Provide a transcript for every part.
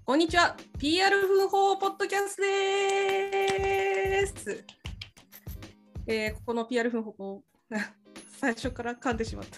こんにちは。PR 奮法ポッドキャストです。この PR 奮法最初から噛んでしまった。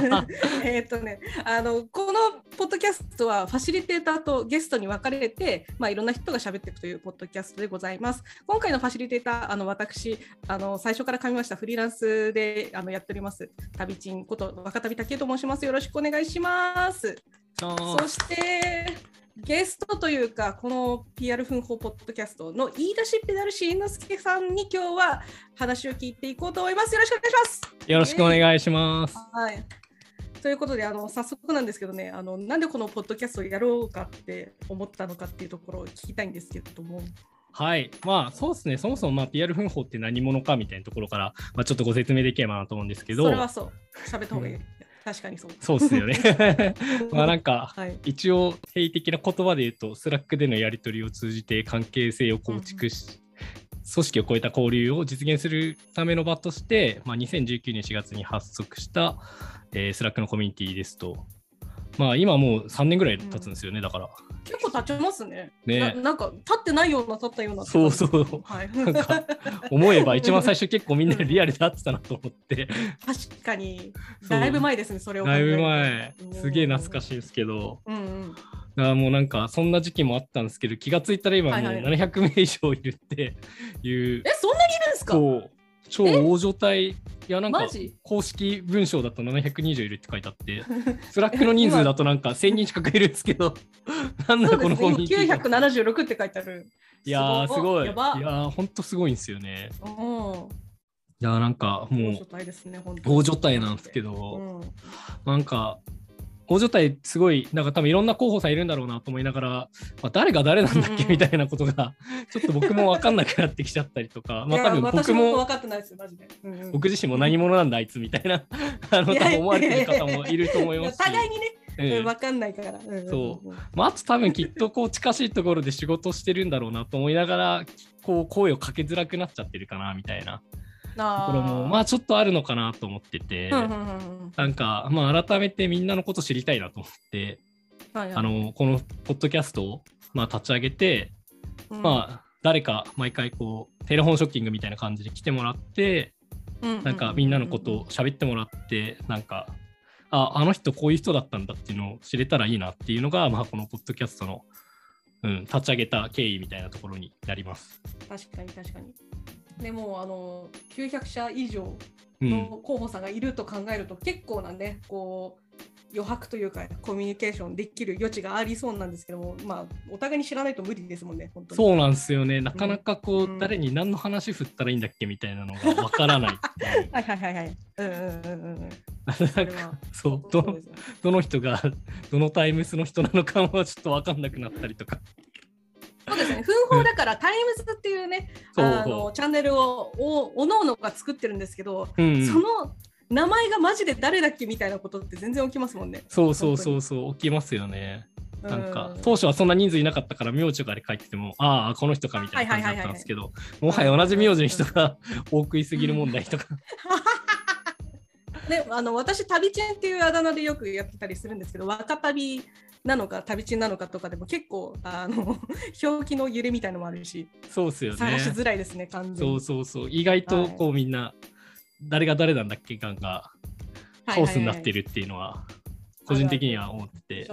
このポッドキャストはファシリテーターとゲストに分かれて、いろんな人が喋っていくというポッドキャストでございます。今回のファシリテーター、私最初から噛みましたフリーランスでやっております旅ちんこと若旅武と申します。よろしくお願いします。そしてゲストというか、この PR 奮法ポッドキャストの言い出しっぺであるしんのすけさんに今日は話を聞いていこうと思います。よろしくお願いします。 よろしくお願いします。 はい。ということで早速なんですけどね、なんでこのポッドキャストをやろうかって思ったのかっていうところを聞きたいんですけれども。 はい、そうですね、そもそもPR 奮法って何者かみたいなところから、ちょっとご説明できればなと思うんですけど。 それはそう、喋った方がいい。確かにそう。 そうですよね。なんか、はい、一応平的な言葉で言うと、スラックでのやり取りを通じて関係性を構築し、組織を超えた交流を実現するための場として、2019年4月に発足した、スラックのコミュニティですと、今もう3年ぐらい経つんですよね、だから。 結構経ちますね。なんか経ってないような経ったような。 そうそう。はい、なんか思えば一番最初結構みんなリアルで会ってたなと思って。 確かに。だいぶ前ですね、それを考えると。だいぶ前。すげえ懐かしいですけど。だからもうなんかそんな時期もあったんですけど、気がついたら今もう700名以上いるっていう。 そんなにいるんですか？ そう。超大所帯。いやなんか公式文章だと700人以上いるって書いてあってスラックの人数だとなんか1000人近くいるんですけどなんだこのコミュニティ 976って書いてある。 いやーすごい。いやーほんとすごいんですよね。いやーなんかもう大所帯なんですけど、なんか大所帯すごいなんか多分いろんな候補さんいるんだろうなと思いながら、誰が誰なんだっけみたいなことがちょっと僕も分かんなくなってきちゃったりとか、多分僕も分かってないですよマジで。 僕自身も何者なんだあいつみたいな多分思われてる方もいると思いますし、 互いにね、分かんないから。 そう。あと多分きっとこう近しいところで仕事してるんだろうなと思いながら、こう声をかけづらくなっちゃってるかなみたいな。ところもちょっとあるのかなと思ってて、なんか改めてみんなのこと知りたいなと思って、このポッドキャストを立ち上げて、誰か毎回こうテレフォンショッキングみたいな感じで来てもらって、なんかみんなのことを喋ってもらって、なんかあの人こういう人だったんだっていうのを知れたらいいなっていうのが、このポッドキャストの、立ち上げた経緯みたいなところになります。 確かに。でも900社以上の候補さんがいると考えると、結構なねこう余白というかコミュニケーションできる余地がありそうなんですけども、お互いに知らないと無理ですもんね。本当にそうなんですよね。なかなかこう、誰に何の話振ったらいいんだっけみたいなのがわからないそうどの人がどのタイムスの人なのかはちょっと分かんなくなったりとか。 そうですね、奮法だからタイムズっていうねチャンネルをおのおのが作ってるんですけど、その名前がマジで誰だっけみたいなことって全然起きますもんね。 そう起きますよね。なんか当初はそんな人数いなかったから名字とかで書いててもこの人かみたいな感じだったんですけど、もはや同じ名字の人が多くいすぎる問題とかね、私旅ちんっていうあだ名でよくやってたりするんですけど、若旅なのか旅ちんなのかとかでも結構表記の揺れみたいのもあるし、 そうですよね、 探しづらいですね完全に。 そう意外とこうみんな誰が誰なんだっけ感がカオスになってるっていうのは個人的には思ってて、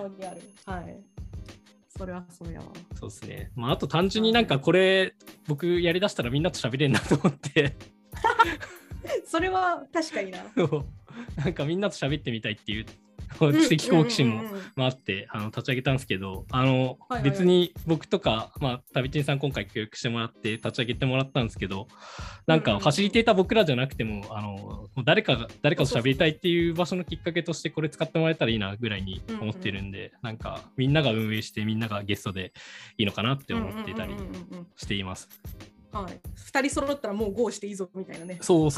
それはそうやわ。 そうですね。あと単純になんかこれ僕やりだしたらみんなと喋れんなと思ってそれは確かにな。 なんかみんなと喋ってみたいっていう知的好奇心もあって立ち上げたんですけど、別に僕とか旅ちんさん今回協力してもらって立ち上げてもらったんですけど、なんかファシリテーター僕らじゃなくても誰かと喋りたいっていう場所のきっかけとしてこれ使ってもらえたらいいなぐらいに思ってるんで、なんかみんなが運営してみんながゲストでいいのかなって思ってたりしています。 2人揃ったらもう GO していいぞみたいなね。 そう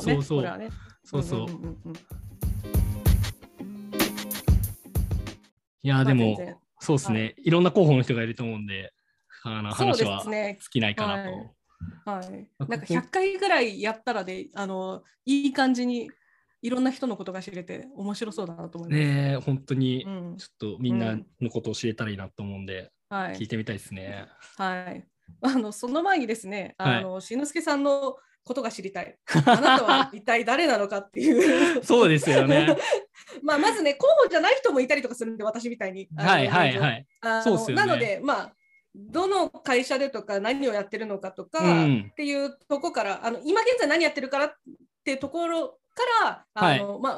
いやでもそうですね、いろんな候補の人がいると思うんで話は尽きないかなと。 なんか100回ぐらいやったらでいい感じにいろんな人のことが知れて面白そうだなと思います。 ねえ、本当にちょっとみんなのことを知れたらいいなと思うんで、聞いてみたいですね。 はい。その前にですね、しんのすけさんのことが知りたい。あなたは一体誰なのかっていうそうですよね。 まずね、候補じゃない人もいたりとかするんで、私みたいに。 はいはいはい。そうですよね。 なので、どの会社でとか何をやってるのかとかっていうところから、今現在何やってるからっていうところから、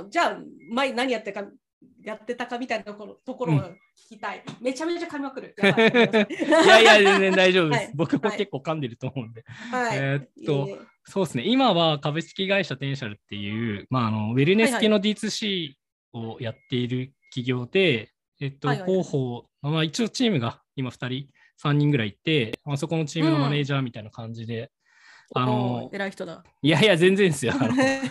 じゃあ前何やってたかみたいなところを聞きたい。めちゃめちゃ噛みまくる。いやいや、全然大丈夫です。僕も結構噛んでると思うんで。そうですね。今は株式会社テンシャルっていう、ウェルネス系の D2C をやっている企業で、広報、一応チームが今2人、3人ぐらいいて、そこのチームのマネージャーみたいな感じで。 偉い人だ。 いやいや、全然ですよ。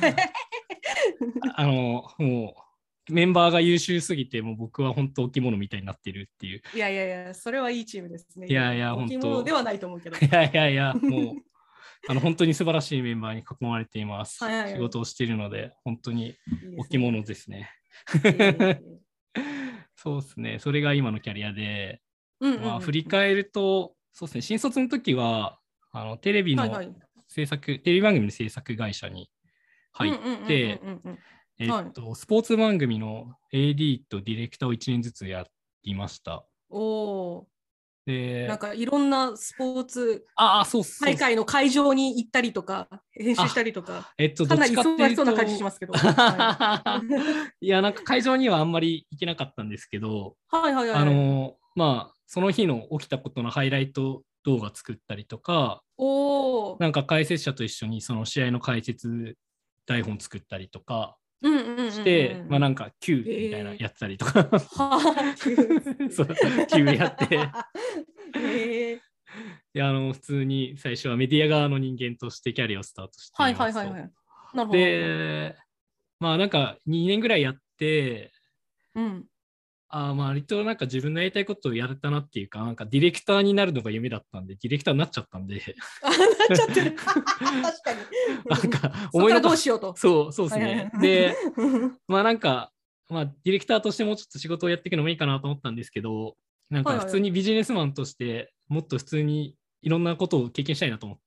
もう、メンバーが優秀すぎて、もう僕は本当置物みたいになってるっていう。 いや、それはいいチームですね。 いやいや、 置物ではないと思うけど。 いや、もう、本当に素晴らしいメンバーに囲まれています。仕事をしているので、本当に置物ですね。そうですね。それが今のキャリアで、振り返ると、そうですね、新卒の時は、テレビの制作、テレビ番組の制作会社に入って、スポーツ番組の AD とディレクターを1年ずつやりました。で、 なんかいろんなスポーツ大会の会場に行ったりとか、編集したりとか、かなり忙しそうな感じしますけど。 いや、なんか会場にはあんまり行けなかったんですけど、その日の起きたことのハイライト動画作ったりとか、なんか解説者と一緒にその試合の解説台本作ったりとかして、なんか Q みたいなやったりとか、そう Q やって、普通に最初はメディア側の人間としてキャリアをスタートしていますと。で、なんか2年ぐらいやって、割となんか自分のやりたいことをやれたなっていうか、なんかディレクターになるのが夢だったんで、ディレクターになっちゃったんで。 なっちゃってる。確かに。 なんか思い残どうしようと。 そうですね。で、なんか、ディレクターとしてもうちょっと仕事をやっていくのもいいかなと思ったんですけど、なんか普通にビジネスマンとしてもっと普通にいろんなことを経験したいなと思って、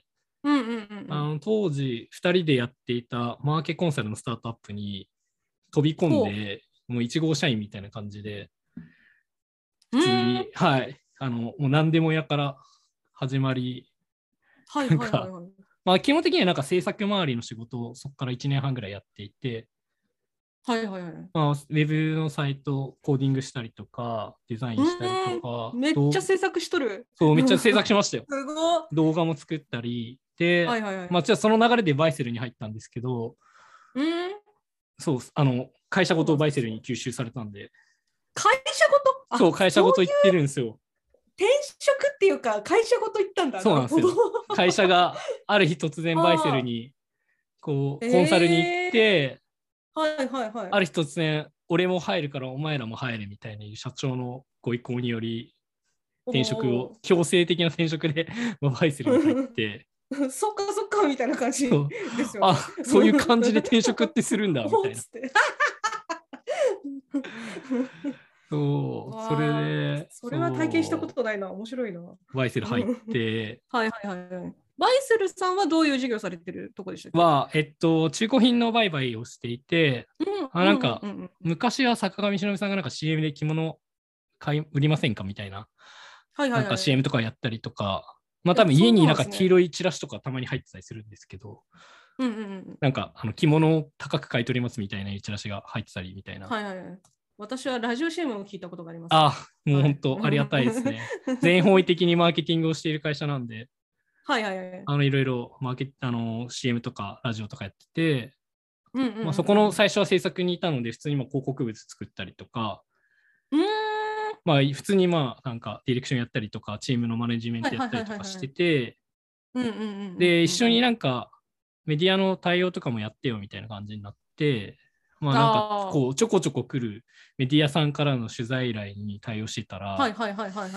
当時2人でやっていたマーケコンサルのスタートアップに飛び込んで、もう1号社員みたいな感じで、普通に、もう何でも屋から始まり、基本的にはなんか制作周りの仕事をそこから1年半ぐらいやっていて、ウェブのサイトコーディングしたりとか、デザインしたりとか。 めっちゃ制作しとる。 そう、めっちゃ制作しましたよ。 すごい。 動画も作ったり。で、その流れでバイセルに入ったんですけど、そう、会社ごとバイセルに吸収されたんで。 会社ごと？ そう、会社ごと行ってるんですよ。 転職っていうか、会社ごと行ったんだ。 そうなんですよ。会社がある日突然バイセルにコンサルに行って、ある日突然、俺も入るからお前らも入れみたいな社長のご意向により、強制的な転職でバイセルに入って。 そっかみたいな感じですよね。そういう感じで転職ってするんだみたいな。それで。 それは体験したことないな。面白いな。 バイセル入って。 バイセルさんはどういう授業されてるとこでしたっけ？中古品の売買をしていて、なんか、昔は坂上忍さんがなんか CM で着物売りませんかみたいな、なんか CM とかやったりとか、多分家になんか黄色いチラシとかたまに入ってたりするんですけど、なんか着物を高く買い取りますみたいなチラシが入ってたりみたいな。 私はラジオ CM を聞いたことがあります。 もう本当ありがたいですね。全方位的にマーケティングをしている会社なんで、いろいろCM とかラジオとかやってて、そこの最初は制作にいたので、普通に広告物作ったりとか、普通になんかディレクションやったりとか、チームのマネジメントやったりとかしてて、で、一緒になんかメディアの対応とかもやってよみたいな感じになって、なんかちょこちょこ来るメディアさんからの取材依頼に対応してたら、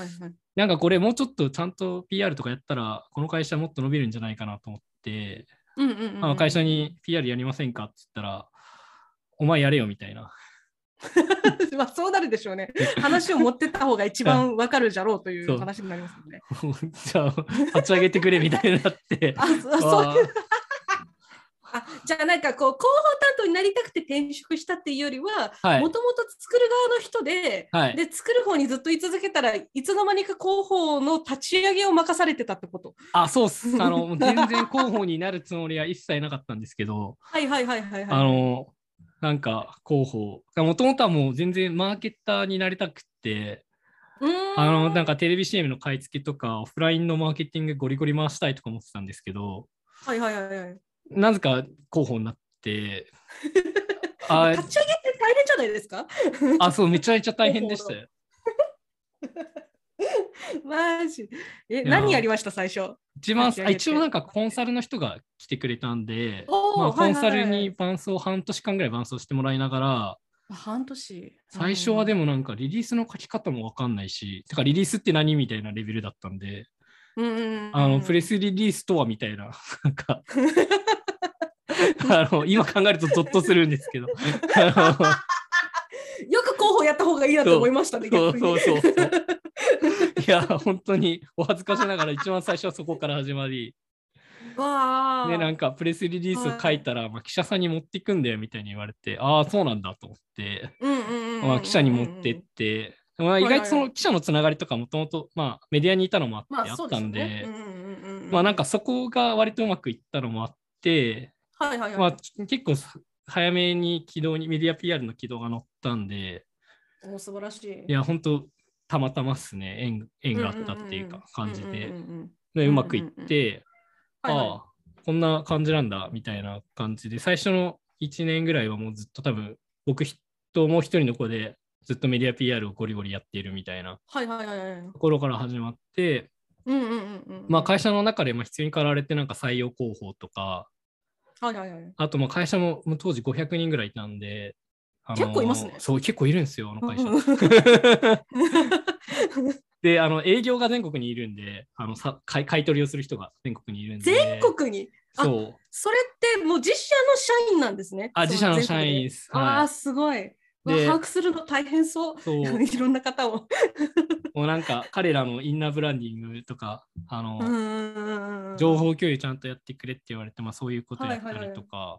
なんかこれもうちょっとちゃんと PR とかやったら、この会社もっと伸びるんじゃないかなと思って、 会社に PR やりませんかって言ったら、お前やれよみたいな。 まあそうなるでしょうね。話を持ってった方が一番わかるじゃろうという話になりますもんね。 じゃあ、立ち上げてくれみたいになって。 そういうじゃあなんかこう広報担当になりたくて転職したっていうよりはもともと作る側の人で、で作る方にずっと居続けたらいつの間にか広報の立ち上げを任されてたってこと？ そうっす。全然広報になるつもりは一切なかったんですけど、なんか広報もともとはもう全然マーケッターになりたくて、なんかテレビ CM の買い付けとかオフラインのマーケティングゴリゴリ回したいとか思ってたんですけど、なぜか広報になって立ち上げって大変じゃないですか？ そう、めちゃめちゃ大変でしたよ。 マジ何やりました最初？ 一応なんかコンサルの人が来てくれたんで、コンサルに半年間ぐらい伴走してもらいながら、 半年最初はでもなんかリリースの書き方も分かんないし、てかリリースって何みたいなレベルだったんで、プレスリリースとはみたいな、なんか今考えるとゾッとするんですけどよく広報やった方がいいなと思いましたね。 そういや本当にお恥ずかしながら一番最初はそこから始まりでなんかプレスリリースを書いたら、記者さんに持っていくんだよみたいに言われて、そうなんだと思って、記者に持ってって、意外とその記者のつながりとかもともとメディアにいたのもあったんで、なんかそこが割とうまくいったのもあって、結構早めにメディア PR の軌道が乗ったんで、 素晴らしい。 いや本当たまたまっすね、縁があったっていうか感じで、うまくいって、こんな感じなんだみたいな感じで、最初の1年ぐらいはもうずっと多分僕ともう一人の子でずっとメディア PR をゴリゴリやっているみたいなところから始まって、会社の中で必要に駆られてなんか採用広報とか、あと会社も当時500人ぐらいいたんで、 結構いますね。 そう結構いるんですよ、会社。で営業が全国にいるんで、買い取りをする人が全国にいるんで。 全国に？それってもう自社の社員なんですね。 自社の社員です。 すごい。把握するの大変そう。いろんな方を。 もうなんか彼らのインナーブランディングとか情報共有ちゃんとやってくれって言われて、そういうことやったりとか、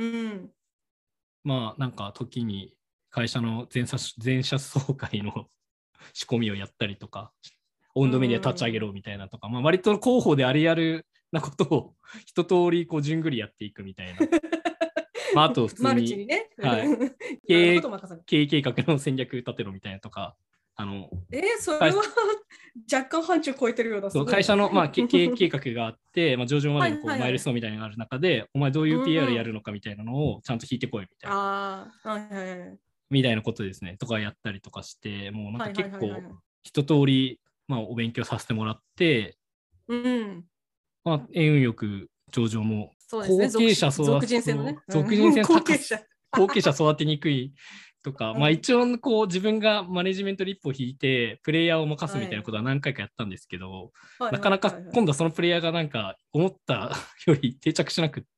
なんか時に会社の全社総会の仕込みをやったりとか、温度メディア立ち上げろみたいなとか、割と広報でありあるなことを一通りじゅんぐりやっていくみたいな。あと普通に経営計画の戦略立てろみたいなとか、 それは若干範疇超えてるような。 会社の経営計画があって、上場までのマイルストーンみたいなのがある中で、お前どういう PR やるのかみたいなのをちゃんと引いてこいみたいな。みたいなことですね。とかやったりとかして、もうなんか結構一通りお勉強させてもらって、運よく上場も後継者育てにくいとか、一応自分がマネジメントリップを引いてプレイヤーを任すみたいなことは何回かやったんですけど、なかなか今度はそのプレイヤーがなんか思ったより定着しなくって、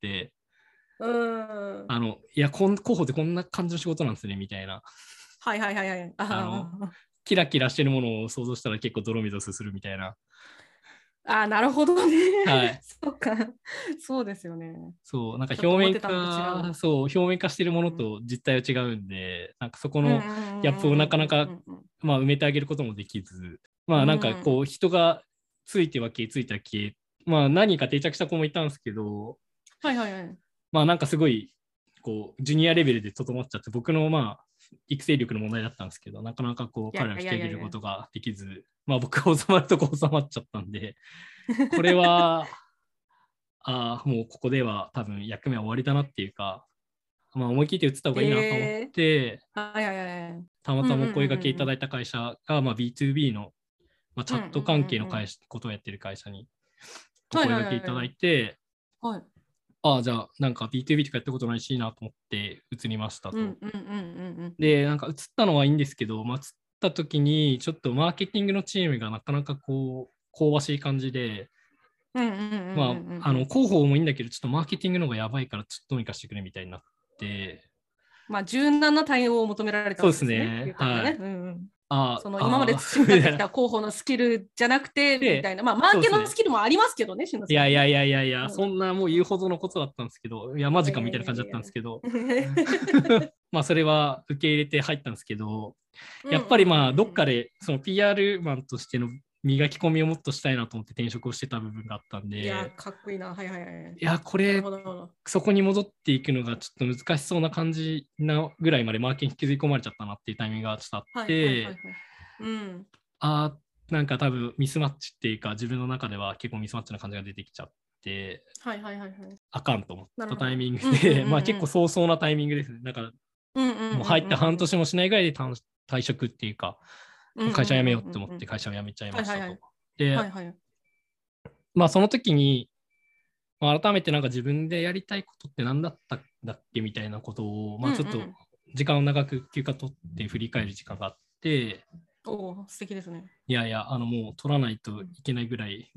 いや広報ってこんな感じの仕事なんですねみたいな。キラキラしてるものを想像したら結構泥水するみたいな。 なるほどね。そうか。そうですよね。 そうなんか表面化してるものと実態は違うんで、なんかそこのギャップをなかなか埋めてあげることもできず、なんか人がついては消えついては消え、何か定着した子もいたんですけど、なんかすごいジュニアレベルで整っちゃって、僕の育成力の問題だったんですけど、なかなか彼らを引き上げることができず、僕が収まるとこ収まっちゃったんで、これはもうここでは多分役目は終わりだなっていうか、思い切って移った方がいいなと思って、たまたまお声掛けいただいた会社がB2B のチャット関係のことをやってる会社にお声掛けいただいて、じゃあなんか B2B とかやったことないしいいなと思って移りましたと。でなんか移ったのはいいんですけど、移った時にちょっとマーケティングのチームがなかなか香ばしい感じで、 広報もいいんだけど、ちょっとマーケティングの方がやばいから、ちょっとどうにかしてくれみたいになって。 まあ、柔軟な対応を求められたんですね。 そうですね。はい。 その今まで培ってきた広報のスキルじゃなくて、みたいな、まあ、マーケのスキルもありますけどね、しのさん。 いや、そんなもう言うほどのことだったんですけど、いや、マジかみたいな感じだったんですけど、まあ、それは受け入れて入ったんですけど、やっぱりまあ、どっかで、その PR マンとしての磨き込みをもっとしたいなと思って転職をしてた部分があったんで、 いや、かっこいいな。いや、これ、そこに戻っていくのがちょっと難しそうな感じなぐらいまでマーケに引きずり込まれちゃったなっていうタイミングがちょっとあって、なんか多分ミスマッチっていうか、自分の中では結構ミスマッチな感じが出てきちゃって、あかんと思ったタイミングで、まあ結構早々なタイミングですね。だから、もう入って半年もしないぐらいで退職っていうか、会社辞めようって思って会社を辞めちゃいましたと。で、まあその時に、改めてなんか自分でやりたいことって何だったんだっけみたいなことを、まあちょっと時間を長く休暇取って振り返る時間があって、 素敵ですね。 いやいや、もう取らないといけないぐらい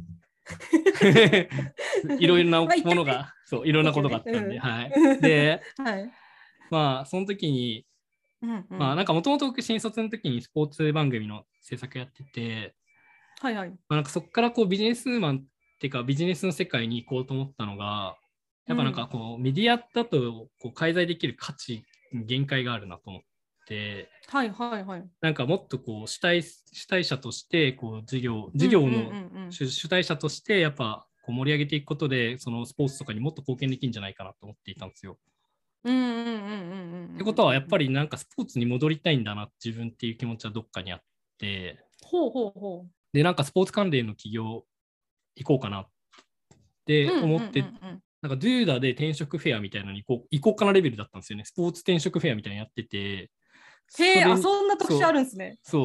いろいろなものが、そう、いろんなことがあったんで、はい。で、まあその時に、まあなんかもともと僕新卒の時にスポーツ番組の制作やってて、なんかそこからこうビジネスマンっていうかビジネスの世界に行こうと思ったのが、やっぱなんかこうメディアだとこう介在できる価値に限界があるなと思って、なんかもっとこう主体者としてこう事業の主体者としてやっぱこう盛り上げていくことでそのスポーツとかにもっと貢献できるんじゃないかなと思っていたんですよ。ってことはやっぱりなんかスポーツに戻りたいんだな自分っていう気持ちはどっかにあって、でなんかスポーツ関連の企業行こうかなって思って、なんかドゥーダで転職フェアみたいなのに行こうかなレベルだったんですよね。スポーツ転職フェアみたいなのやってて。 そんな特集あるんですね。 そう。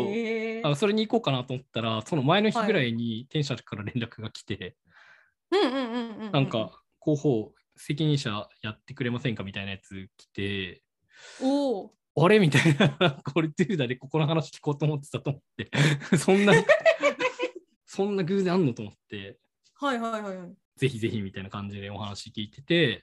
それに行こうかなと思ったら、その前の日ぐらいに転社から連絡が来て、なんか広報責任者やってくれませんかみたいなやつ来て、あれみたいな、これドゥーダでここの話聞こうと思ってたと思って、そんな偶然あんのと思って、ぜひぜひみたいな感じでお話聞いてて、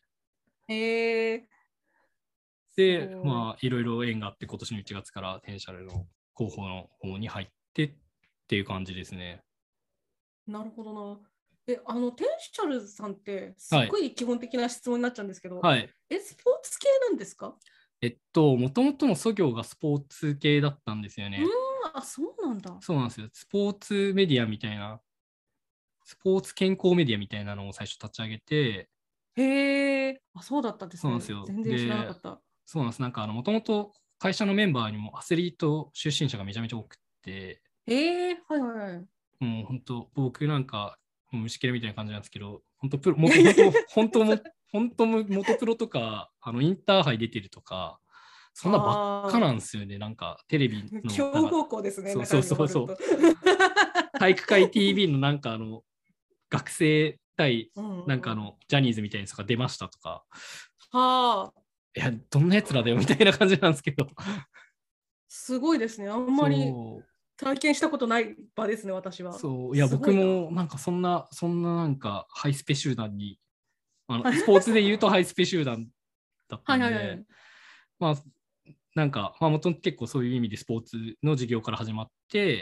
で、まあいろいろ縁があって今年の1月から転社の広報の方に入ってっていう感じですね。 なるほどな。テンシャルさんってすっごい基本的な質問になっちゃうんですけど、スポーツ系なんですか？ もともとの祖業がスポーツ系だったんですよね。 そうなんだ。 そうなんですよ。スポーツメディアみたいな、スポーツ健康メディアみたいなのを最初立ち上げて、 そうだったんですね。 そうなんですよ。 全然知らなかった。 そうなんです。なんかもともと会社のメンバーにもアスリート出身者がめちゃめちゃ多くて、もう本当、僕なんか、虫けらみたいな感じなんですけど、本当元プロとか、インターハイ出てるとか、そんなばっかなんですよね。なんかテレビの。 強豪校ですね。 そう。体育会 TV のなんか学生対なんかジャニーズみたいなやつが出ましたとか。いや、どんなやつらだよみたいな感じなんですけど。 すごいですね。あんまり体験したことない場ですね、私は。 いや、僕もなんかそんななんかハイスペ集団に、スポーツで言うとハイスペ集団だったんで、まあ、なんか、もともと結構そういう意味でスポーツの事業から始まって、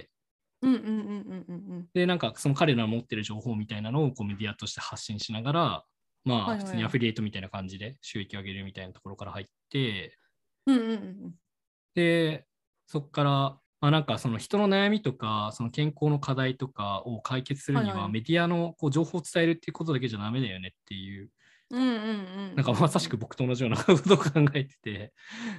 で、なんかその彼らの持ってる情報みたいなのをこうメディアとして発信しながら、まあ、普通にアフィリエイトみたいな感じで収益を上げるみたいなところから入って、で、そこから、なんかその人の悩みとか、その健康の課題とかを解決するには、メディアのこう情報を伝えるっていうことだけじゃダメだよねっていう、なんかまさしく僕と同じようなことを考えてて、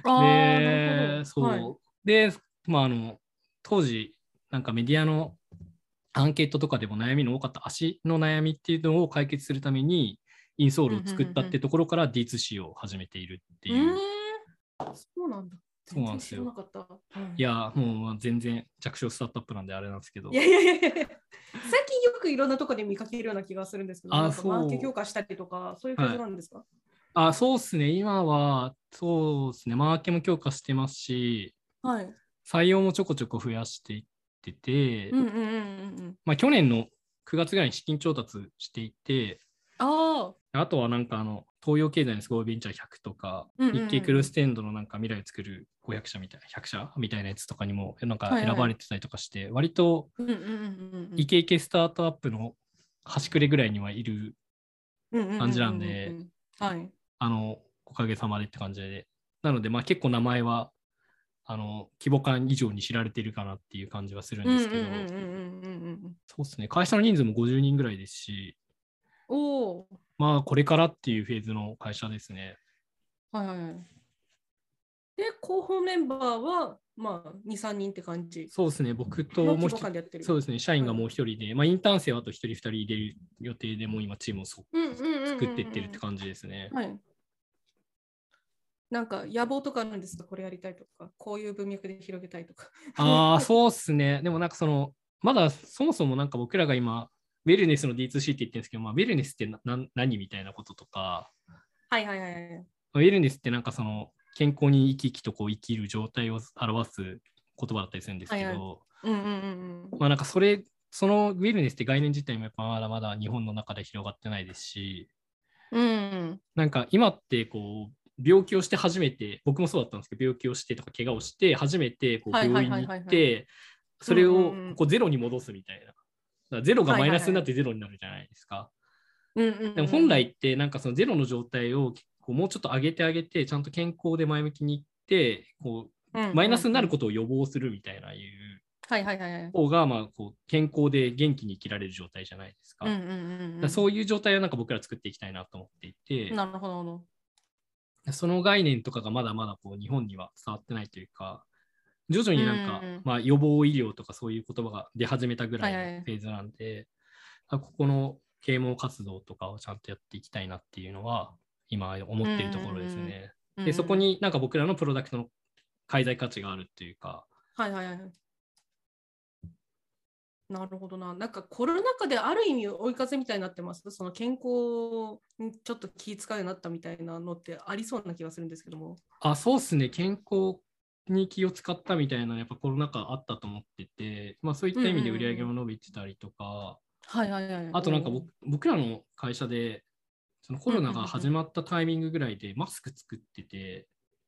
で、当時、なんかメディアのアンケートとかでも悩みの多かった足の悩みっていうのを解決するために、インソールを作ったってところから D2C を始めているっていう。 そうなんだ。 そうなんですよ。いや、もう全然弱小スタートアップなんであれなんですけど。 いや最近よくいろんなところで見かけるような気がするんですけど、マーケ強化したりとか、そういうフェーズなんですか？ そうですね。今は、そうですね。マーケも強化してますし、採用もちょこちょこ増やしていってて、去年の 9月ぐらいに資金調達していて、 あとはなんか東洋経済のすごいベンチャー100とか、日経クルステンドのなんか未来を作る500社みたいな、100社みたいなやつとかにもなんか選ばれてたりとかして、割とイケイケスタートアップの端くれぐらいにはいる感じなんで、おかげさまでって感じで。なので、まあ結構名前は規模感以上に知られているかなっていう感じはするんですけど、そうですね、会社の人数も50人ぐらいですし、まあこれからっていうフェーズの会社ですね。 で、広報メンバーは、まあ、2、3人って感じ。 そうですね、僕ともう一人、そうですね、社員がもう一人で、まあインターン生はあと1人、2人入れる予定でもう今チームを作っていってるって感じですね。 なんか野望とかあるんですか？これやりたいとか、こういう文脈で広げたいとか。 そうっすね。でもなんかまだそもそもなんか僕らが今、ウェルネスの D2C って言ってるんですけど、まあ、ウェルネスって何みたいなこととか、 ウェルネスってなんか健康に生き生きとこう生きる状態を表す言葉だったりするんですけど、まあなんかそのウェルネスって概念自体もやっぱまだまだ日本の中で広がってないですし、なんか今ってこう、病気をして初めて、僕もそうだったんですけど、病気をしてとか怪我をして初めてこう病院に行って、それをこうゼロに戻すみたいな。だからゼロがマイナスになってゼロになるじゃないですか。でも本来ってなんかそのゼロの状態をこうもうちょっと上げてあげて、ちゃんと健康で前向きにいって、こうマイナスになることを予防するみたいな方がまあこう健康で元気に生きられる状態じゃないですか。そういう状態をなんか僕ら作っていきたいなと思っていて。 なるほど。 その概念とかがまだまだこう日本には伝わってないというか、徐々になんか、まあ、予防医療とかそういう言葉が出始めたぐらいのフェーズなんで、ここの啓蒙活動とかをちゃんとやっていきたいなっていうのは今思っているところですね。で、そこになんか僕らのプロダクトの介在価値があるっていうか。 なるほどな。なんかコロナ禍である意味追い風みたいになってます。その健康にちょっと気遣うようになったみたいなのってありそうな気がするんですけども。 そうですね。健康に気を使ったみたいなのやっぱコロナ禍あったと思ってて、まあそういった意味で売り上げも伸びてたりとか、あとなんか僕らの会社でそのコロナが始まったタイミングぐらいでマスク作ってて、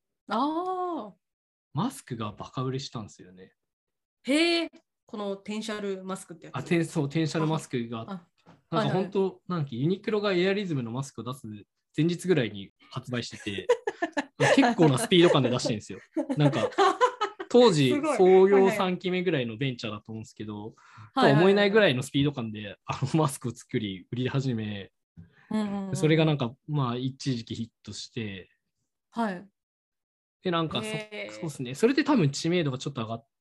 マスクがバカ売れしたんですよね。 へえ。このテンシャルマスクってやつ。 そう、テンシャルマスクが、なんか本当、なんかユニクロがエアリズムのマスクを出す前日ぐらいに発売してて、結構なスピード感で出してるんですよ。なんか、当時、創業3期目ぐらいのベンチャーだと思うんですけど、とは思えないぐらいのスピード感でマスクを作り、売り始め、それがなんか、まあ、一時期ヒットして、で、なんかそうですね、それで多分知名度がちょっと上がって、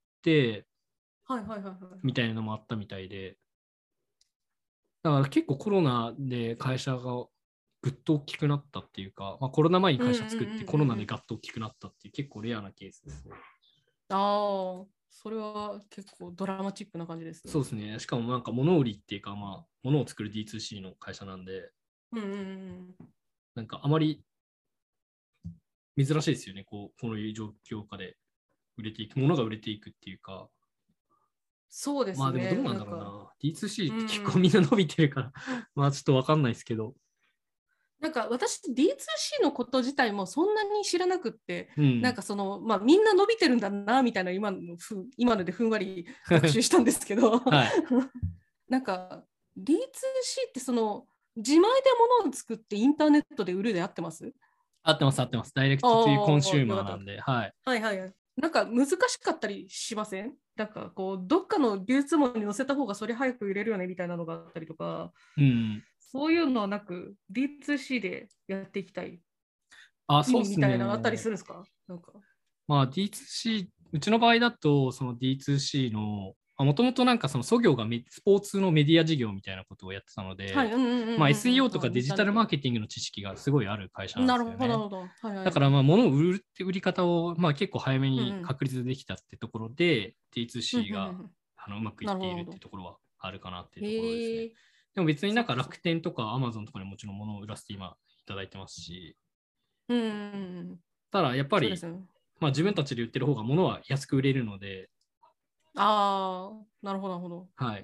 みたいなのもあったみたいで、だから結構コロナで会社がぐっと大きくなったっていうか、まあ、コロナ前に会社作ってコロナでガッと大きくなったっていう結構レアなケースですね。 それは結構ドラマチックな感じですね。 そうですね。しかもなんか物売りっていうか、まあ、物を作る D2C の会社なんで、なんかあまり珍しいですよね。こういう状況下で売れていく、物が売れていくっていうか。 そうですね。 まあでもどうなんだろうな。D2C って結構みんな伸びてるから、まあちょっとわかんないですけど。 なんか私 D2C のこと自体もそんなに知らなくって、なんかまあ、みんな伸びてるんだなみたいな今のでふんわり学習したんですけど、なんか D2C って自前で物を作ってインターネットで売るで合ってます？ 合ってます。ダイレクトというコンシューマーなんで。 なんか難しかったりしません？なんかこうどっかの流通網に載せた方がそれ早く売れるよねみたいなのがあったりとか、そういうのはなく D2C でやっていきたいそうですね。 みたいなのあったりするんですか？なんかまあ D2C、うちの場合だとその D2C のもともとなんかそのソ業がスポーツのメディア事業みたいなことをやってたので、SEO とかデジタルマーケティングの知識がすごいある会社なんですよね。だからまあ物を売り方をまあ結構早めに確立できたってところで、D2C がうまくいっているってところはあるかなっていうところですね。でも別になんか楽天とか Amazon とかにもちろん物を売らせて今いただいてますし、ただやっぱり、まあ、自分たちで売ってる方が物は安く売れるので。 なるほど。 はい。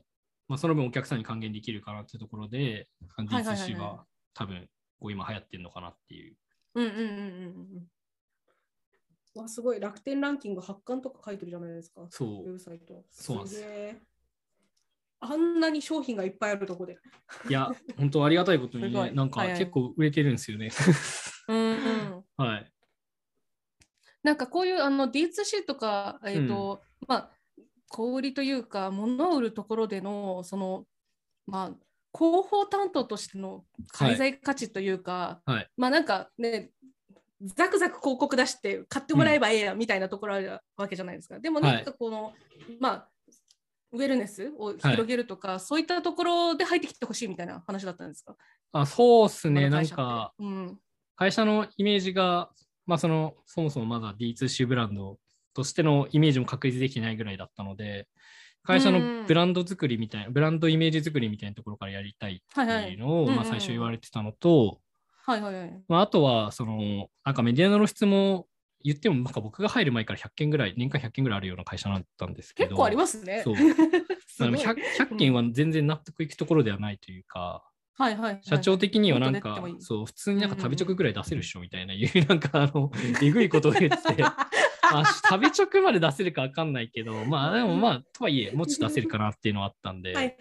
まあ、その分お客さんに還元できるかなっていうところで、D2C は多分こう今流行ってるのかなっていう。 わ、すごい。楽天ランキング8巻とか書いてるじゃないですか。 そう。 ウェブサイト。 そうなんです。 あんなに商品がいっぱいあるとこで。 いや、本当ありがたいことにね、なんか結構売れてるんですよね。はい。 なんかこういうD2C とか、まあ、小売りというか、物を売るところでの、まあ、広報担当としての介在価値というか、まあなんかね、ザクザク広告出して買ってもらえばええやみたいなところあるわけじゃないですか。でもなんかこの、まあ、ウェルネスを広げるとか、そういったところで入ってきてほしいみたいな話だったんですか？ そうっすね。なんか、会社のイメージが、まあそもそもまだ D2C ブランドとしてのイメージも確立できてないぐらいだったので、会社のブランド作りみたいな、ブランドイメージ作りみたいなところからやりたいっていうのを、まあ最初言われてたのと、まああとは、なんかメディアの露出も言っても、なんか僕が入る前から100件ぐらい、年間100件ぐらいあるような会社だったんですけど。 結構ありますね。 そう。100件は全然納得いくところではないというか、社長的にはなんか、そう、普通になんか食べチョクぐらい出せるっしょみたいな、なんかえぐいことを言ってて、食べチョクまで出せるか分かんないけど、まあでもまあ、とはいえ、もうちょっと出せるかなっていうのはあったんで、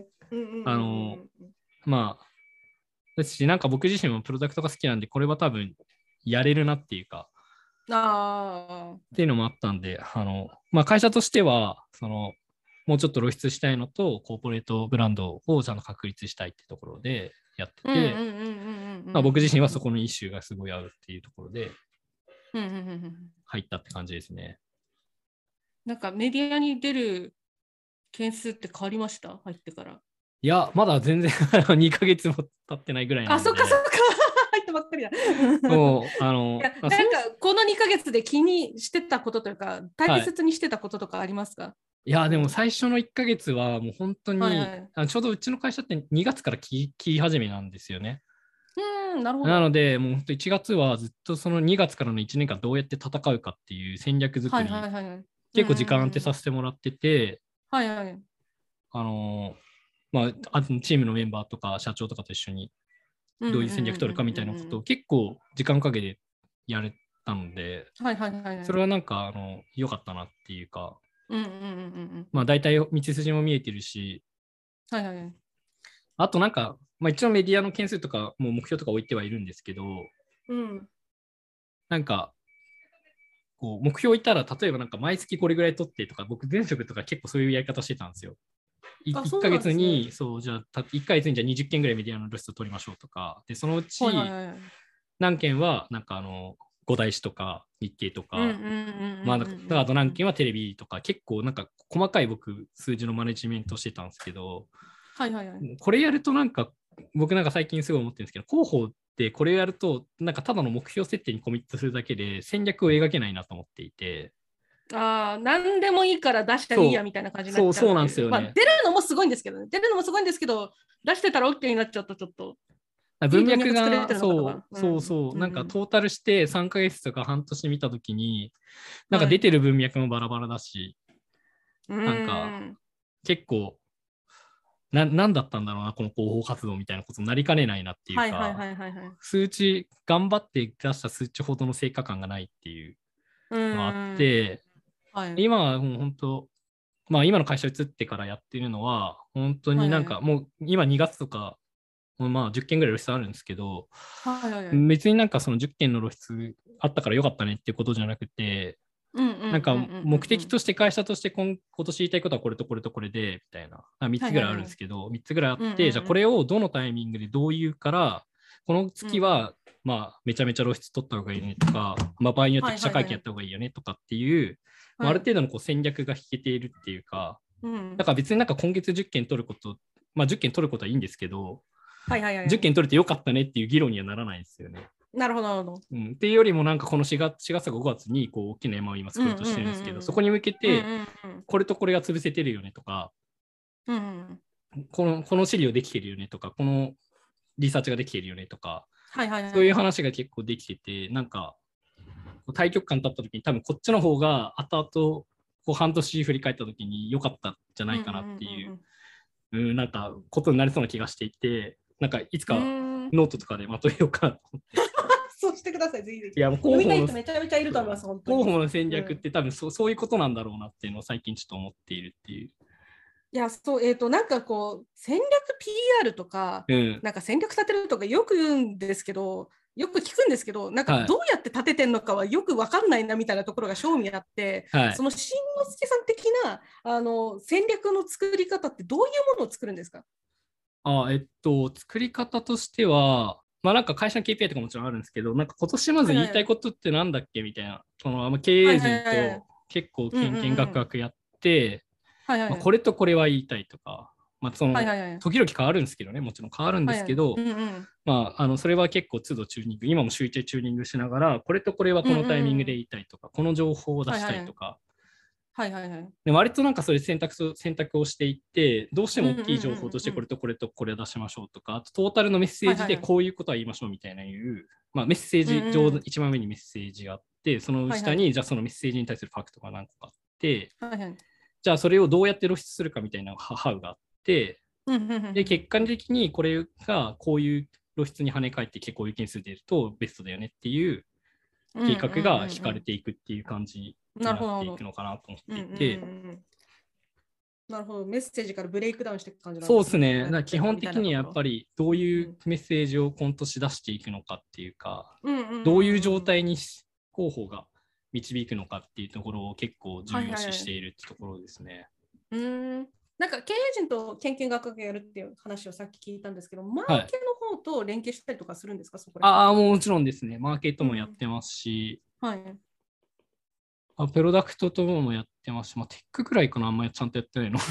まあ、ですし、なんか僕自身もプロダクトが好きなんで、これは多分やれるなっていうか、っていうのもあったんで、まあ会社としては、もうちょっと露出したいのと、コーポレートブランドをちゃんと確立したいってところでやってて、僕自身はそこのイシューがすごい合うっていうところで、入ったって感じですね。 なんかメディアに出る件数って変わりました？入ってから。 いや、まだ全然2ヶ月も経ってないぐらいなんで。 そっか。入ったばっかりだ。 もう、 なんかこの2ヶ月で気にしてたことというか、大切にしてたこととかありますか？ いや、でも最初の1ヶ月はもう本当に、ちょうどうちの会社って2月から切り始めなんですよね。 なるほど。 なので、もう本当1月はずっとその2月からの1年間どうやって戦うかっていう戦略作り、結構時間当てさせてもらってて、まあチームのメンバーとか社長とかと一緒にどういう戦略取るかみたいなことを結構時間かけてやれたので、それはなんか良かったなっていうか、まあ大体道筋も見えてるし、あとなんか、まあ、一応メディアの件数とかもう目標とか置いてはいるんですけど、なんかこう目標置いたら、例えばなんか毎月これぐらい取ってとか、僕前職とか結構そういうやり方してたんですよ。1ヶ月に、そう、じゃあ1ヶ月にじゃあ20件ぐらいメディアの露出を取りましょうとか、で、そのうち何件はなんか五大紙とか日経とか、まあ、あと何件はテレビとか、結構なんか細かい僕数字のマネジメントしてたんですけど、これやるとなんか僕なんか最近すごい思ってるんですけど、広報ってこれやるとなんかただの目標設定にコミットするだけで戦略を描けないなと思っていて、 何でもいいから出したらいいやみたいな感じになっちゃう。 そうなんですよね。 まあ、出るのもすごいんですけど、出してたら OK になっちゃったちょっと。 文脈がそうなんかトータルして3ヶ月とか半年見たときに、なんか出てる文脈もバラバラだし、なんか結構何だったんだろうな、この広報活動みたいなことになりかねないなっていうか、数値、頑張って出した数値ほどの成果感がないっていうのがあって、今はもう本当、まあ今の会社移ってからやってるのは、本当になんかもう今2月とか、まあ10件ぐらい露出あるんですけど、別になんかその10件の露出あったからよかったねっていうことじゃなくて、なんか目的として会社として今年言いたいことはこれとこれとこれでみたいな3つぐらいあるんですけど、3つぐらいあって、じゃあこれをどのタイミングでどう言うから、この月はまあめちゃめちゃ露出取った方がいいねとか、まあ、場合によって記者会見やった方がいいよねとかっていう、ある程度のこう戦略が引けているっていうか、だから別になんか今月10件取ること、まあ10件取ることはいいんですけど、10件取れてよかったねっていう議論にはならないですよね。 なるほど。 っていうよりもなんかこの4月か5月にこう大きな山を今作ろうとしてるんですけど、そこに向けてこれとこれが潰せてるよねとか、この資料できてるよねとか、このリサーチができてるよねとか、そういう話が結構できてて、なんか対局観立った時に多分こっちの方が後々こう半年振り返った時に良かったんじゃないかなっていうなんかことになりそうな気がしていて、なんかいつかノートとかでまとめようかなと思って。 そうしてください、ぜひぜひ。 いや、もう読みたい人めちゃめちゃいると思います、本当に。 広報の戦略って多分そういうことなんだろうなっていうのを最近ちょっと思っているっていう。 いや、そう、なんかこう、戦略 PR とか、なんか戦略立てるとかよく言うんですけど、よく聞くんですけど、なんかどうやって立ててんのかはよく分かんないなみたいなところが正味あって、その新之助さん的な戦略の作り方ってどういうものを作るんですか？ 作り方としては、まあなんか会社の KPI とかもちろんあるんですけど、なんか今年まず言いたいことってなんだっけみたいな、その経営陣と結構けんけんがくがくやって、これとこれは言いたいとか、まあその時々変わるんですけどね、もちろん変わるんですけど、まあそれは結構都度チューニング、今も集中チューニングしながら、これとこれはこのタイミングで言いたいとか、この情報を出したいとか、で割となんかそれ選択をしていって、どうしても大きい情報としてこれとこれとこれ出しましょうとか、あとトータルのメッセージでこういうことは言いましょうみたいなまあ、メッセージ上、一番目にメッセージがあって、その下にじゃあそのメッセージに対するファクトが何個かあって、じゃあそれをどうやって露出するかみたいなハウがあって、で結果的にこれがこういう露出に跳ね返ってこういう件数で出るとベストだよねっていう計画が引かれていくっていう感じになっていくのかなと思っていて。 なるほど、メッセージからブレイクダウンしていく感じなんですね。 そうですね。だから基本的にやっぱりどういうメッセージを今年出していくのかっていうか、どういう状態に広報が導くのかっていうところを結構重要視しているってところですね。 なんか経営陣と研究学がやるっていう話をさっき聞いたんですけど、マーケの方と連携したりとかするんですか、そこら辺。 もちろんですね。マーケットもやってますし、プロダクトともやってますし、テックくらいかな、あんまりちゃんとやってないの。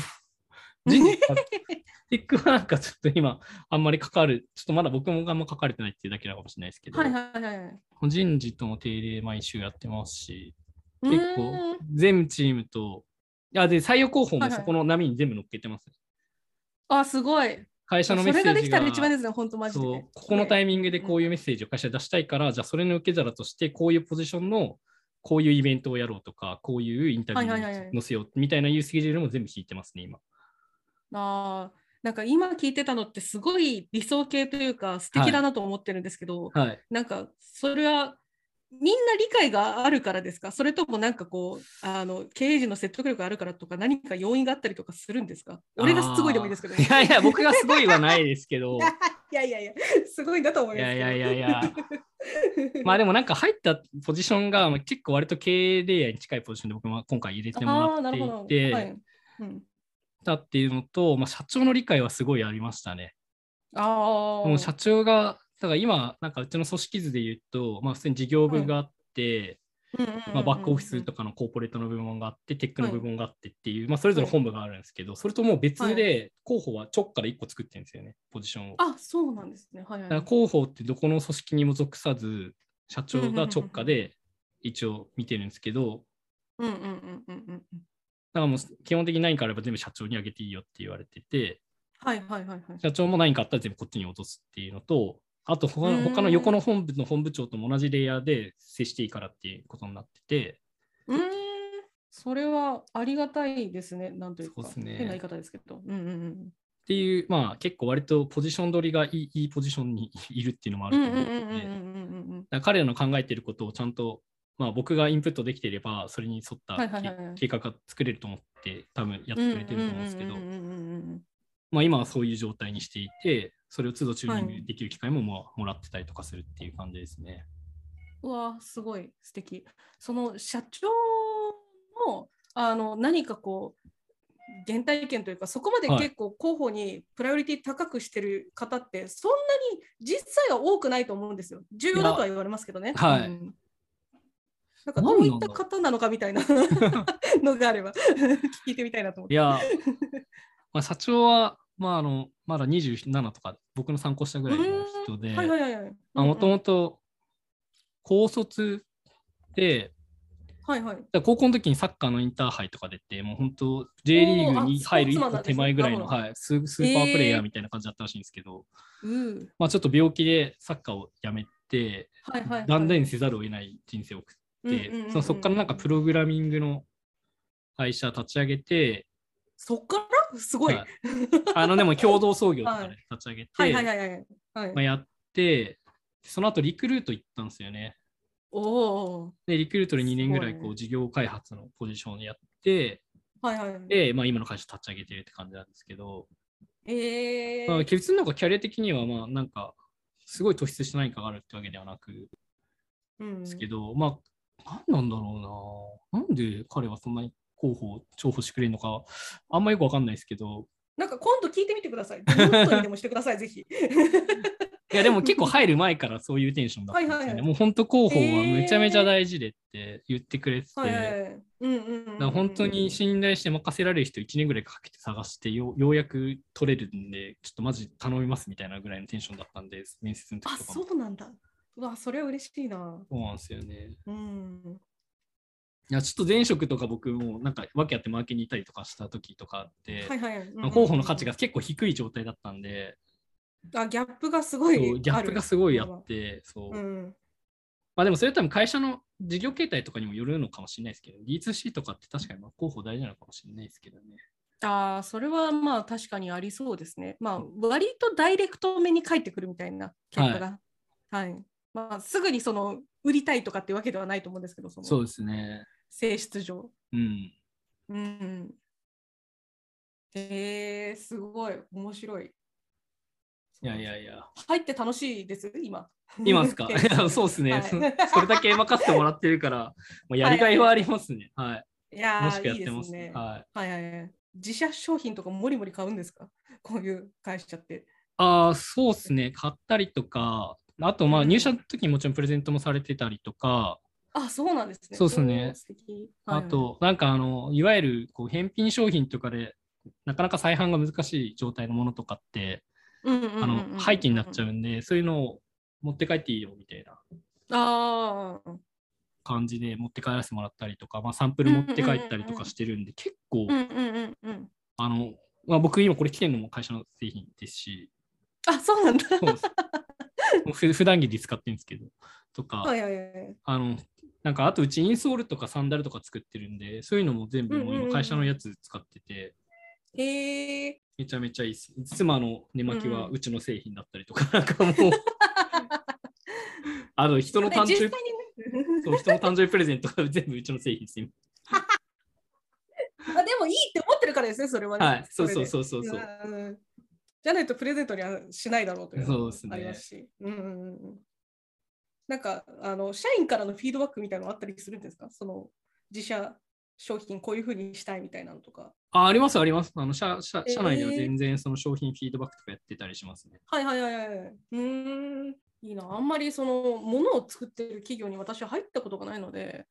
テックはなんかちょっと今、あんまりちょっとまだ僕もあんま書かれてないっていうだけかもしれないですけど、人事とも定例毎週やってますし、結構全チームと、で採用広報もそこの波に全部乗っけてます。 すごい。 会社のメッセージが、 それができたら一番ですね、本当マジで。 ここのタイミングでこういうメッセージを会社で出したいから、じゃあそれの受け皿としてこういうポジションのこういうイベントをやろうとか、こういうインタビューに載せようみたいないうスケジュールも全部引いてますね、今。 なんか今聞いてたのってすごい理想系というか素敵だなと思ってるんですけど、なんかそれはみんな理解があるからですか？それともなんかこう経営陣の説得力があるからとか何か要因があったりとかするんですか？俺がすごいでもいいですけど、ね、 いや僕がすごいはないですけどいやすごいんだと思いますけど。 いやまあでもなんか入ったポジションが結構割と経営レイヤーに近いポジションで僕も今回入れてもらっていて、だっていうのと、社長の理解はすごいありましたね。もう社長が、だから今、なんかうちの組織図で言うと、普通に事業部があって、バックオフィスとかのコーポレートの部門があって、テックの部門があってっていう、それぞれ本部があるんですけど、それともう別で、広報は直から1個作ってるんですよね、ポジションを。 そうなんですね。だから広報ってどこの組織にも属さず、社長が直下で一応見てるんですけど、だからもう基本的に何かあれば全部社長にあげていいよって言われてて、社長も何かあったら全部こっちに落とすっていうのと、あと他の横の本部の本部長とも同じレイヤーで接していいからっていうことになってて。 それはありがたいですね。なんというか、 そうですね、 変な言い方ですけど。 っていう、結構割とポジション取りがいいポジションにいるっていうのもあると思ってて、彼らの考えていることをちゃんと僕がインプットできていればそれに沿った計画が作れると思って多分やってくれてると思うんですけど、今はそういう状態にしていて、それを都度チューニングできる機会ももらってたりとかするっていう感じですね。 うわ、すごい素敵。その社長の何かこう原体験というか、そこまで結構広報にプライオリティ高くしてる方ってそんなに実際は多くないと思うんですよ。重要だとは言われますけどね。なんかどういった方なのかみたいなのがあれば聞いてみたいなと思って。 いや、社長は、まだ27とか僕の参考したぐらいの人で、もともと高卒で、高校の時にサッカーのインターハイとか出て、もう本当 J リーグに入る一歩手前ぐらいの、スーパープレイヤーみたいな感じだったらしいんですけど、ちょっと病気でサッカーをやめて、断念せざるを得ない人生を送って、そこからなんかプログラミングの会社立ち上げて、 そっからすごい。 はい、でも共同創業とかで立ち上げて、 はいはいはいはい、はい。 まあ、やって、その後リクルート行ったんですよね。 おお。 で、リクルートで2 す年ぐごいね。 らいこう事業開発のポジションでやって、 はいはい。 で、まあ、今の会社立ち上げてるって感じなんですけど、まあ、別になんかキャリア的には、まあ、なんか、すごい突出して何かがあるってわけではなくですけど、まあ、何なんだろうな。なんで彼はそんなに重宝してくれるのか、あんまよくわかんないですけど。 なんか今度聞いてみてください。モットーにでもしてください、ぜひ。 いや、でも結構入る前からそういうテンションだったんですよね。もう本当広報はめちゃめちゃ大事でって言ってくれてて、本当に信頼して任せられる人1年ぐらいかけて探してようやく取れるんで、ちょっとマジ頼みますみたいなぐらいのテンションだったんで、面接の時とかも。 あ、そうなんだ。うわ、それは嬉しいな。 そうなんですよね。 うん。 いや、ちょっと前職とか僕もなんか訳あってマーケにいたりとかした時とかあって、 はいはい。 候補の価値が結構低い状態だったんで、 あ、ギャップがすごいギャップがある。 すごいあって、そう。まあでもそれ多分会社の事業形態とかにもよるのかもしれないですけど、D2C とかって確かに候補大事なのかもしれないですけどね。 ああ、それはまあ確かにありそうですね。まあ割とダイレクト目に返ってくるみたいな結果が。はい。まあすぐにその売りたいとかっていうわけではないと思うんですけど、 そうですね。 性質上。 うん。 うん。すごい面白い。 いやいやいや。 入って楽しいです、今。 今ですか？いや、そうですね、はい、それだけ任せてもらってるから、まあ、やりがいはありますね。はい。 いや楽しくやってます。 いいですね。 はい。 はいはいはい。自社商品とかもりもり買うんですか？こういう会社って。 ああ、そうですね。買ったりとか、あと、まあ、入社の時にもちろんプレゼントもされてたりとか、 あ、そうなんですね。 そうですね。 素敵。はいはい。 あと、なんか、いわゆる、こう、返品商品とかで、なかなか再販が難しい状態のものとかって、廃棄になっちゃうんで、そういうのを持って帰っていいよ、みたいな。 ああ。 感じで持って帰らせてもらったりとか、まあ、サンプル持って帰ったりとかしてるんで、結構、まあ、僕今これ着てるのも会社の製品ですし、 あ、そうなんだ。そうです。 もう普段着で使ってるんですけど、とか、なんかあとうちインソールとかサンダルとか作ってるんで、そういうのも全部もう今会社のやつ使ってて、めちゃめちゃいいです。妻の寝巻きはうちの製品だったりとか、なんかもう人の誕生日、そう、人の誕生日プレゼントが全部うちの製品ですよ。 あ、でもいいって思ってるからですね、それはね。 はい、そう。 じゃないとプレゼントにはしないだろうというのもありますし。なんか社員からのフィードバックみたいなのあったりするんですか？その自社商品こういうふうにしたいみたいなのとか。 あります。社内では全然その商品フィードバックとかやってたりしますね。 はいはいはいはい。いいな。あんまりそのものを作ってる企業に私は入ったことがないので、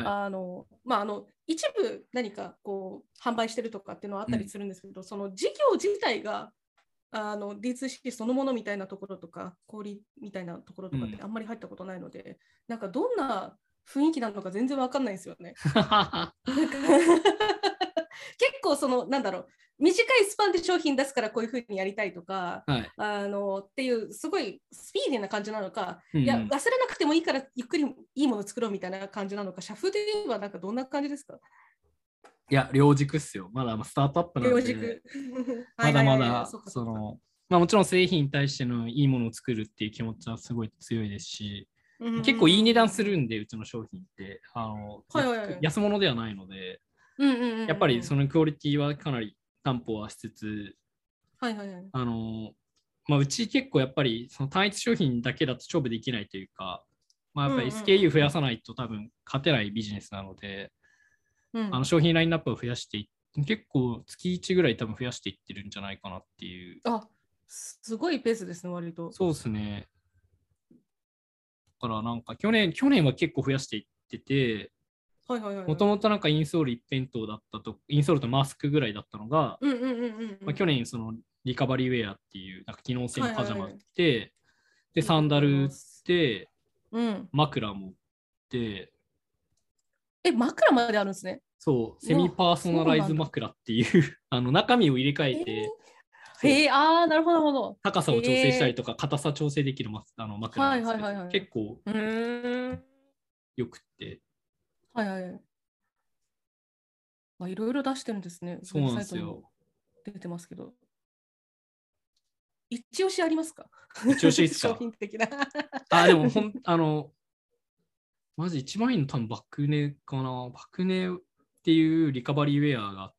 一部何かこう販売してるとかっていうのはあったりするんですけど、その事業自体がD2C そのものみたいなところとか、小売みたいなところとかってあんまり入ったことないので、なんかどんな雰囲気なのか全然わかんないんですよね。結構そのなんだろう、短いスパンで商品出すからこういうふうにやりたいとか、っていうすごいスピーディーな感じなのか、いや忘れなくてもいいからゆっくりいいもの作ろうみたいな感じなのか、社風で言えばなんかどんな感じですか？ いや、両軸っすよ。まだスタートアップなんで、まだまだ、まあもちろん製品に対してのいいものを作るっていう気持ちはすごい強いですし、結構いい値段するんで、うちの商品って、安物ではないので、やっぱりそのクオリティはかなり担保はしつつ、うち結構やっぱりその単一商品だけだと勝負できないというか、まあ、やっぱり SKU 増やさないと多分勝てないビジネスなので、商品ラインナップを増やして結構月1ぐらい多分増やしていってるんじゃないかなっていう。 あ、すごいペースですね、割と。 そうですね。だからなんか去年は結構増やしていってて、もともとなんかインソール一辺倒だったと、インソールとマスクぐらいだったのが、去年そのリカバリーウェアっていうなんか機能性のパジャマって、で、サンダルって、枕もって、 枕まであるんですね。 そう、セミパーソナライズ枕っていう中身を入れ替えて、なるほど、なるほど。 高さを調整したりとか、硬さ調整できる枕なんですけど、結構よくって。 いろいろ出してるんですね。 そうなんですよ。 出てますけど。一押しありますか？ 一押しですか？ 商品的な。 でもマジ一番いいの多分バクネかな。バクネっていうリカバリーウェアがあって、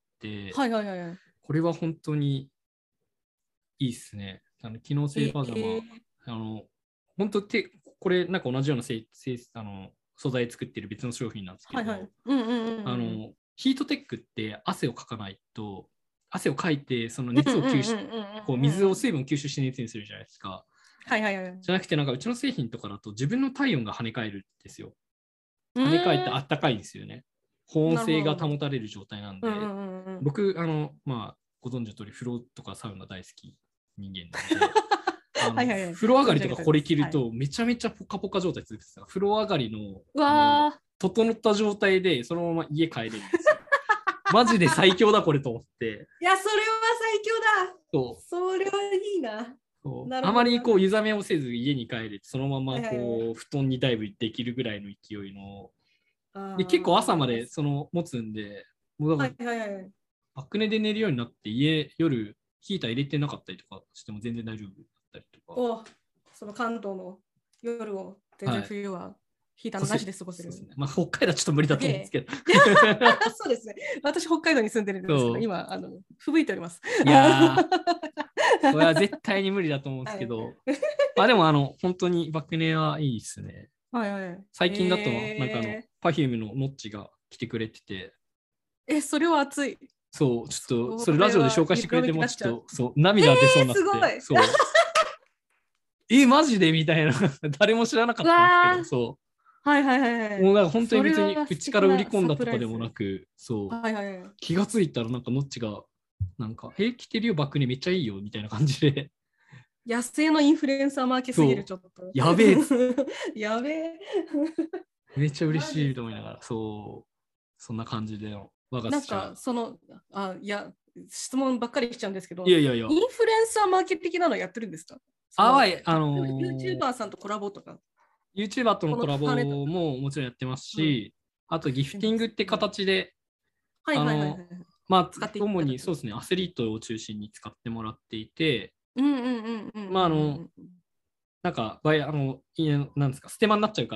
はいはいはいはい。 これは本当にいいっすね。機能性パジャマ、本当これなんか同じような素材作ってる別の商品なんですけど、ヒートテックって汗をかかないと、汗をかいてその熱を吸収、こう水を水分を吸収して熱にするじゃないですか。 はいはいはい。 じゃなくてなんかうちの製品とかだと自分の体温が跳ね返るんですよ。跳ね返ってあったかいんですよね。保温性が保たれる状態なんで、僕まあご存知の通り風呂とかサウナ大好き人間なんで風呂上がりとかこれ着るとめちゃめちゃポカポカ状態続くんですよ。風呂上がりの整った状態でそのまま家帰れるんですよ。マジで最強だこれと思って。 いやそれは最強だ。 そうそれはいいな。 あまりこう湯冷めをせず家に帰れてそのままこう布団にダイブできるぐらいの勢いので結構朝まで持つんで、もうだからバックネで寝るようになって夜ヒーター入れてなかったりとかしても全然大丈夫だったりとか。 その関東の夜を全然冬はヒーターなしで過ごせる。 まあ、北海道はちょっと無理だと思うんですけど。 そうですね。私北海道に住んでるんですけど、今吹雪いております。 いやこれは絶対に無理だと思うんですけど、でも本当にバックネはいいですね。最近だとなんかPerfumeのノッチが来てくれてて。 それは熱い。 そう、ちょっとそれラジオで紹介してくれてもちょっと涙出そうになって。 すごい。 マジでみたいな誰も知らなかったんですけど、そう。もうなんか本当に別にうちから売り込んだとかでもなく、そう。気がついたらなんかノッチがなんか着てるよバックネめっちゃいいよみたいな感じで。 野生のインフルエンサーマーケすぎるちょっと。 やべえ。 やべえ。 めっちゃ嬉しいと思いながら、そんな感じでの我がなんか質問ばっかりしちゃうんですけど、 インフルエンサーマーケ的なのやってるんですか？YouTuber さんとコラボとか。 YouTuber とのコラボももちろんやってますし、あとギフティングって形で、まあ、主にそうですね、アスリートを中心に使ってもらっていて、まあなんかなんですか、ステマになっちゃうから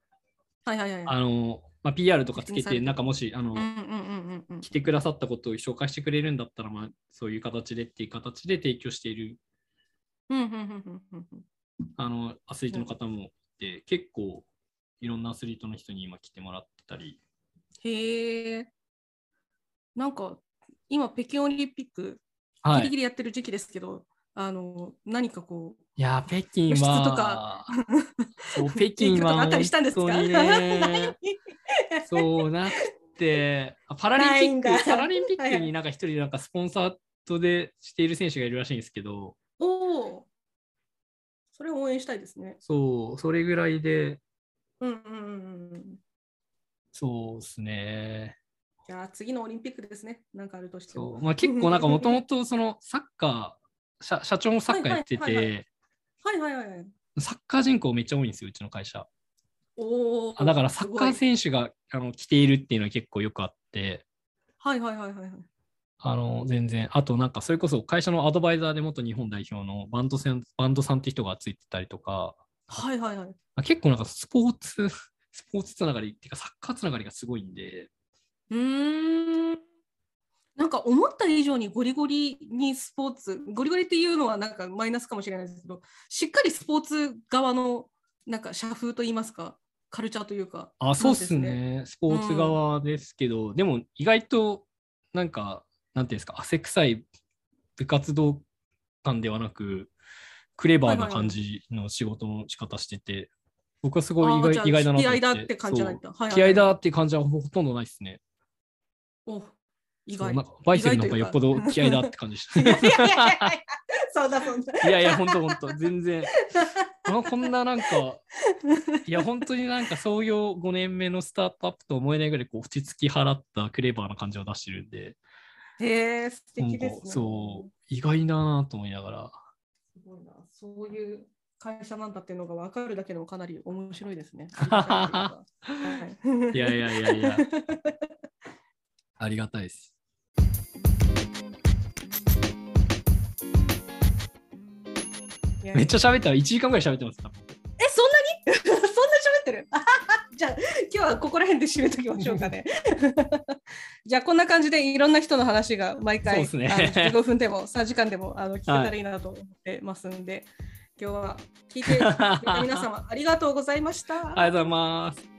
、PR とかつけて、なんかもし来てくださったことを紹介してくれるんだったら、まあ、そういう形でっていう形で提供しているアスリートの方もいて、結構いろんなアスリートの人に今来てもらってたり。 へえ。なんか今北京オリンピックギリギリやってる時期ですけど、何かこういや北京はそう北京はあったりしたんですか？ そうなくてパラリンピックになんか一人なんかスポンサーとでしている選手がいるらしいんですけど、 それを応援したいですね。 それぐらいで、そうですね。 じゃあ次のオリンピックですね。なんかあるとしても。 結構なんかもともとそのサッカー社長もサッカーやってて、サッカー人口めっちゃ多いんですよ、うちの会社。だからサッカー選手が来ているっていうのは結構よくあって、全然、あとなんかそれこそ会社のアドバイザーで元日本代表のバンドさんって人がついてたりとか、結構なんかスポーツつながりっていうかサッカーつながりがすごいんで。 なんか思った以上にゴリゴリにゴリゴリっていうのはなんかマイナスかもしれないですけど、しっかりスポーツ側のなんか社風といいますか、カルチャーというか。 そうっすね。スポーツ側ですけど、でも意外となんか、なんていうんですか、汗臭い部活動感ではなく、クレバーな感じの仕事の仕方してて、僕はすごい意外だなと思って。 気合だって感じじゃないんだ。 気合だって感じはほとんどないですね。 意外。 バイセルの方がよっぽど気合だって感じした。 そうだ。 いや、ほんと、全然。こんななんか、いや、本当になんか創業5年目のスタートアップと思えないぐらい落ち着き払ったクレバーな感じを出してるんで。 素敵ですね。 そう、意外だなと思いながら。 すごいな。そういう会社なんだっていうのが分かるだけでもかなり面白いですね。 いや。ありがたいです。 めっちゃ喋ったら1時間ぐらい喋ってますか？ そんなにそんな喋ってるじゃあ今日はここら辺で締めときましょうかね。じゃあこんな感じでいろんな人の話が毎回、 そうですね、 15分でも3時間でも聞けたらいいなと思ってますんで、今日は聞いてくれた皆様ありがとうございました。 ありがとうございます。